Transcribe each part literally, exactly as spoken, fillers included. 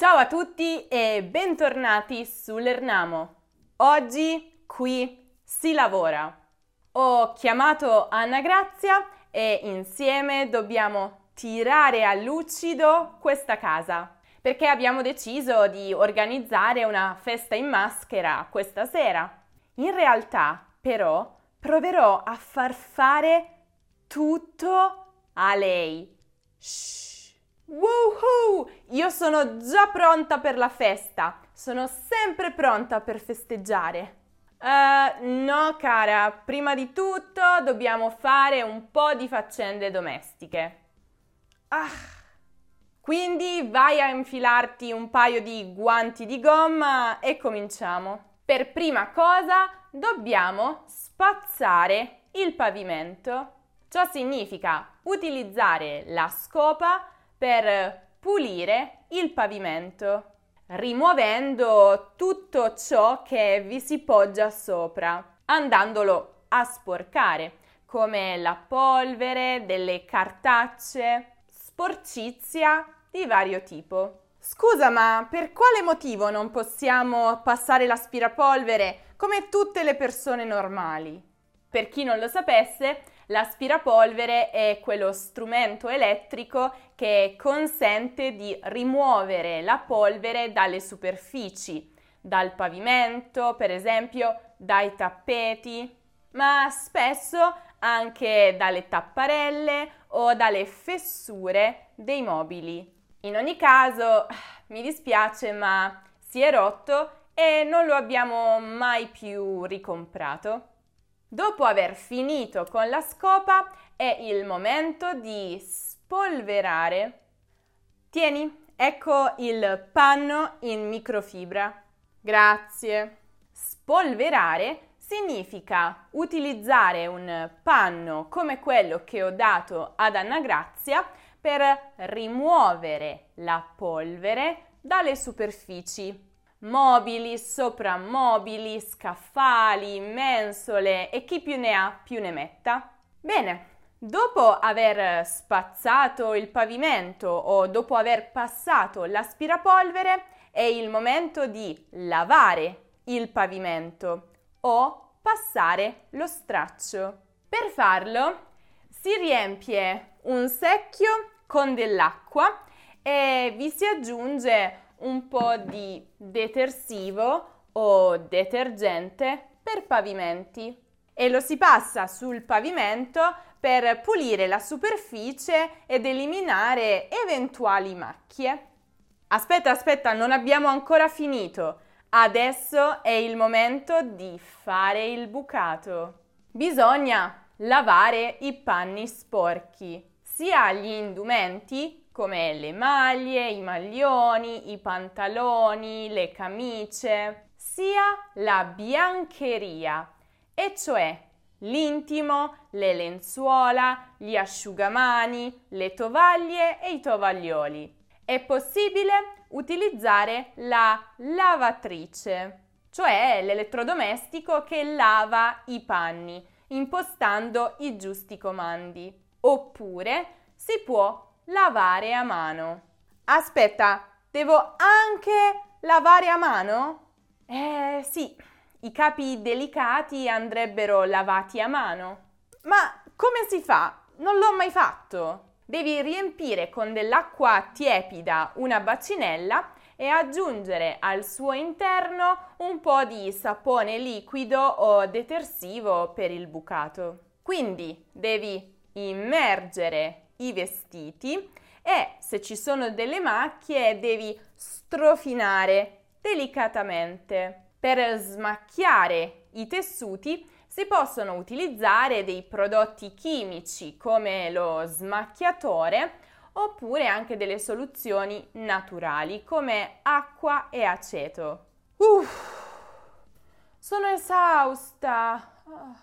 Ciao a tutti e bentornati su Lernamo. Oggi qui si lavora. Ho chiamato Anna Grazia e insieme dobbiamo tirare a lucido questa casa, perché abbiamo deciso di organizzare una festa in maschera questa sera. In realtà, però, proverò a far fare tutto a lei. Shh. Woohoo! Io sono già pronta per la festa. Sono sempre pronta per festeggiare. Uh, no, cara, prima di tutto dobbiamo fare un po' di faccende domestiche. Ah. Quindi vai a infilarti un paio di guanti di gomma e cominciamo. Per prima cosa dobbiamo spazzare il pavimento. Ciò significa utilizzare la scopa per pulire il pavimento, rimuovendo tutto ciò che vi si poggia sopra, andandolo a sporcare, come la polvere, delle cartacce, sporcizia di vario tipo. Scusa, ma per quale motivo non possiamo passare l'aspirapolvere come tutte le persone normali? Per chi non lo sapesse, l'aspirapolvere è quello strumento elettrico che consente di rimuovere la polvere dalle superfici, dal pavimento, per esempio, dai tappeti, ma spesso anche dalle tapparelle o dalle fessure dei mobili. In ogni caso, mi dispiace, ma si è rotto e non lo abbiamo mai più ricomprato. Dopo aver finito con la scopa è il momento di spolverare. Tieni, ecco il panno in microfibra. Grazie. Spolverare significa utilizzare un panno come quello che ho dato ad Anna Grazia per rimuovere la polvere dalle superfici. Mobili, soprammobili, scaffali, mensole e chi più ne ha più ne metta. Bene, dopo aver spazzato il pavimento o dopo aver passato l'aspirapolvere è il momento di lavare il pavimento o passare lo straccio. Per farlo si riempie un secchio con dell'acqua e vi si aggiunge un po' di detersivo o detergente per pavimenti e lo si passa sul pavimento per pulire la superficie ed eliminare eventuali macchie. Aspetta, aspetta, non abbiamo ancora finito. Adesso è il momento di fare il bucato. Bisogna lavare i panni sporchi, sia gli indumenti come le maglie, i maglioni, i pantaloni, le camicie, sia la biancheria, e cioè l'intimo, le lenzuola, gli asciugamani, le tovaglie e i tovaglioli. È possibile utilizzare la lavatrice, cioè l'elettrodomestico che lava i panni, impostando i giusti comandi. Oppure si può lavare a mano. Aspetta, devo anche lavare a mano? Eh sì, i capi delicati andrebbero lavati a mano. Ma come si fa? Non l'ho mai fatto. Devi riempire con dell'acqua tiepida una bacinella e aggiungere al suo interno un po' di sapone liquido o detersivo per il bucato. Quindi devi immergere i vestiti e se ci sono delle macchie devi strofinare delicatamente. Per smacchiare i tessuti si possono utilizzare dei prodotti chimici come lo smacchiatore oppure anche delle soluzioni naturali come acqua e aceto. Uff, sono esausta.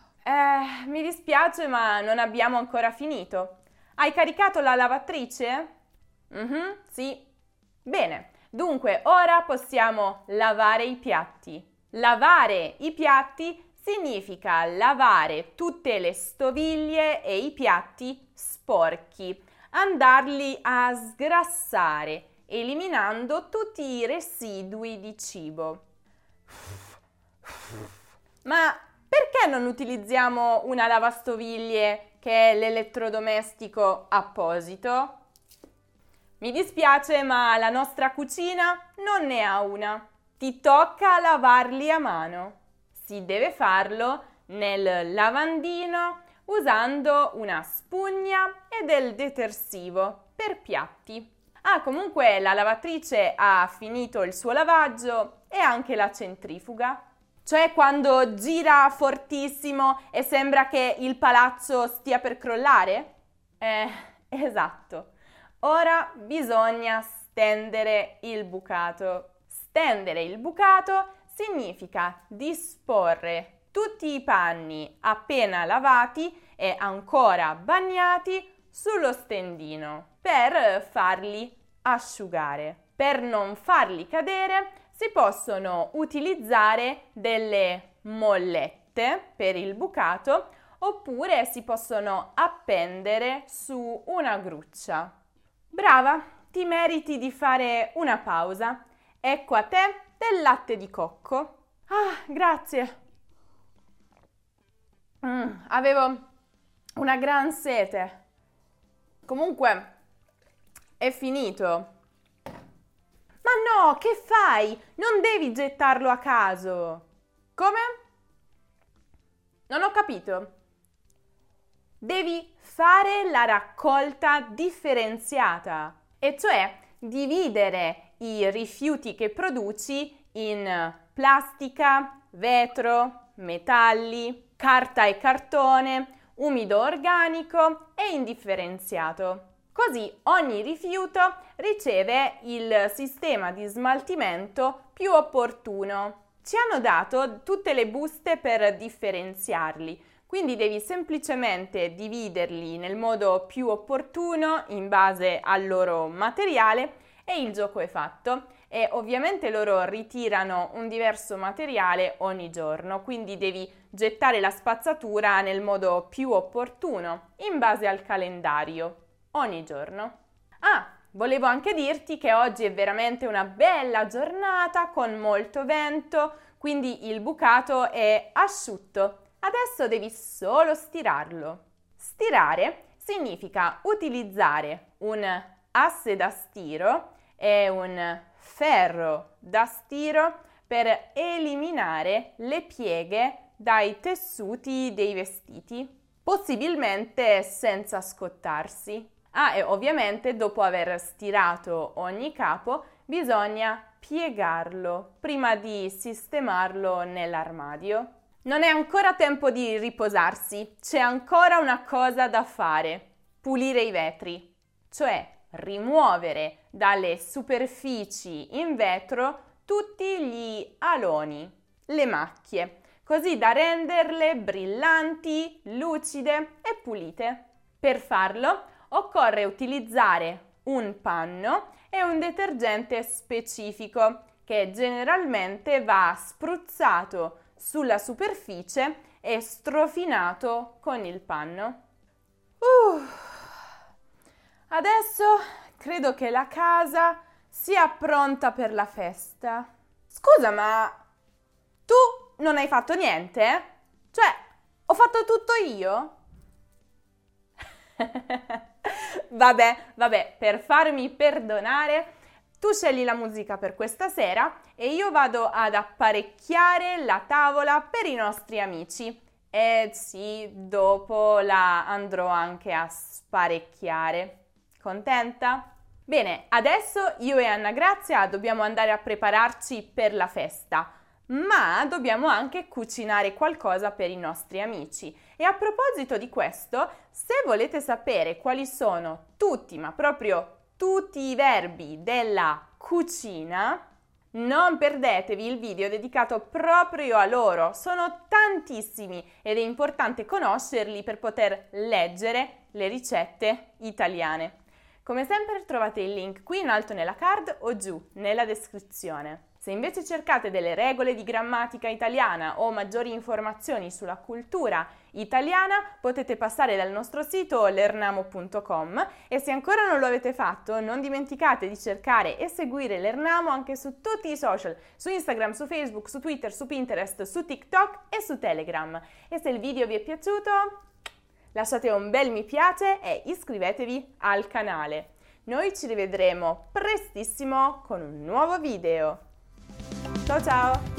Eh, mi dispiace, ma non abbiamo ancora finito. Hai caricato la lavatrice? Mhm, sì. Bene, dunque ora possiamo lavare i piatti. Lavare i piatti significa lavare tutte le stoviglie e i piatti sporchi, andarli a sgrassare eliminando tutti i residui di cibo. Ma perché non utilizziamo una lavastoviglie che è l'elettrodomestico apposito? Mi dispiace, ma la nostra cucina non ne ha una. Ti tocca lavarli a mano. Si deve farlo nel lavandino usando una spugna e del detersivo per piatti. Ah, comunque la lavatrice ha finito il suo lavaggio e anche la centrifuga. Cioè quando gira fortissimo e sembra che il palazzo stia per crollare? Eh, esatto. Ora bisogna stendere il bucato. Stendere il bucato significa disporre tutti i panni appena lavati e ancora bagnati sullo stendino per farli asciugare. Per non farli cadere si possono utilizzare delle mollette per il bucato oppure si possono appendere su una gruccia. Brava, ti meriti di fare una pausa. Ecco a te del latte di cocco. Ah, grazie. Mm, avevo una gran sete. Comunque, è finito. Ma no, che fai? Non devi gettarlo a caso. Come? Non ho capito. Devi fare la raccolta differenziata, e cioè dividere i rifiuti che produci in plastica, vetro, metalli, carta e cartone, umido organico e indifferenziato. Così ogni rifiuto riceve il sistema di smaltimento più opportuno. Ci hanno dato tutte le buste per differenziarli, quindi devi semplicemente dividerli nel modo più opportuno in base al loro materiale e il gioco è fatto. E ovviamente loro ritirano un diverso materiale ogni giorno, quindi devi gettare la spazzatura nel modo più opportuno in base al calendario ogni giorno. Ah, volevo anche dirti che oggi è veramente una bella giornata con molto vento, quindi il bucato è asciutto. Adesso devi solo stirarlo. Stirare significa utilizzare un asse da stiro e un ferro da stiro per eliminare le pieghe dai tessuti dei vestiti, possibilmente senza scottarsi. Ah, e ovviamente dopo aver stirato ogni capo bisogna piegarlo prima di sistemarlo nell'armadio. Non è ancora tempo di riposarsi, c'è ancora una cosa da fare: pulire i vetri, cioè rimuovere dalle superfici in vetro tutti gli aloni, le macchie, così da renderle brillanti, lucide e pulite. Per farlo occorre utilizzare un panno e un detergente specifico che generalmente va spruzzato sulla superficie e strofinato con il panno. Uh, adesso credo che la casa sia pronta per la festa. Scusa, ma tu non hai fatto niente? Cioè, ho fatto tutto io? Vabbè, vabbè, per farmi perdonare, tu scegli la musica per questa sera e io vado ad apparecchiare la tavola per i nostri amici. E sì, dopo la andrò anche a sparecchiare. Contenta? Bene, adesso io e Anna Grazia dobbiamo andare a prepararci per la festa, ma dobbiamo anche cucinare qualcosa per i nostri amici. E a proposito di questo, se volete sapere quali sono tutti, ma proprio tutti i verbi della cucina, non perdetevi il video dedicato proprio a loro. Sono tantissimi ed è importante conoscerli per poter leggere le ricette italiane. Come sempre trovate il link qui in alto nella card o giù nella descrizione. Se invece cercate delle regole di grammatica italiana o maggiori informazioni sulla cultura italiana, potete passare dal nostro sito lernamo punto com e se ancora non lo avete fatto, non dimenticate di cercare e seguire Lernamo anche su tutti i social, su Instagram, su Facebook, su Twitter, su Pinterest, su TikTok e su Telegram. E se il video vi è piaciuto, lasciate un bel mi piace e iscrivetevi al canale. Noi ci rivedremo prestissimo con un nuovo video. Ciao ciao!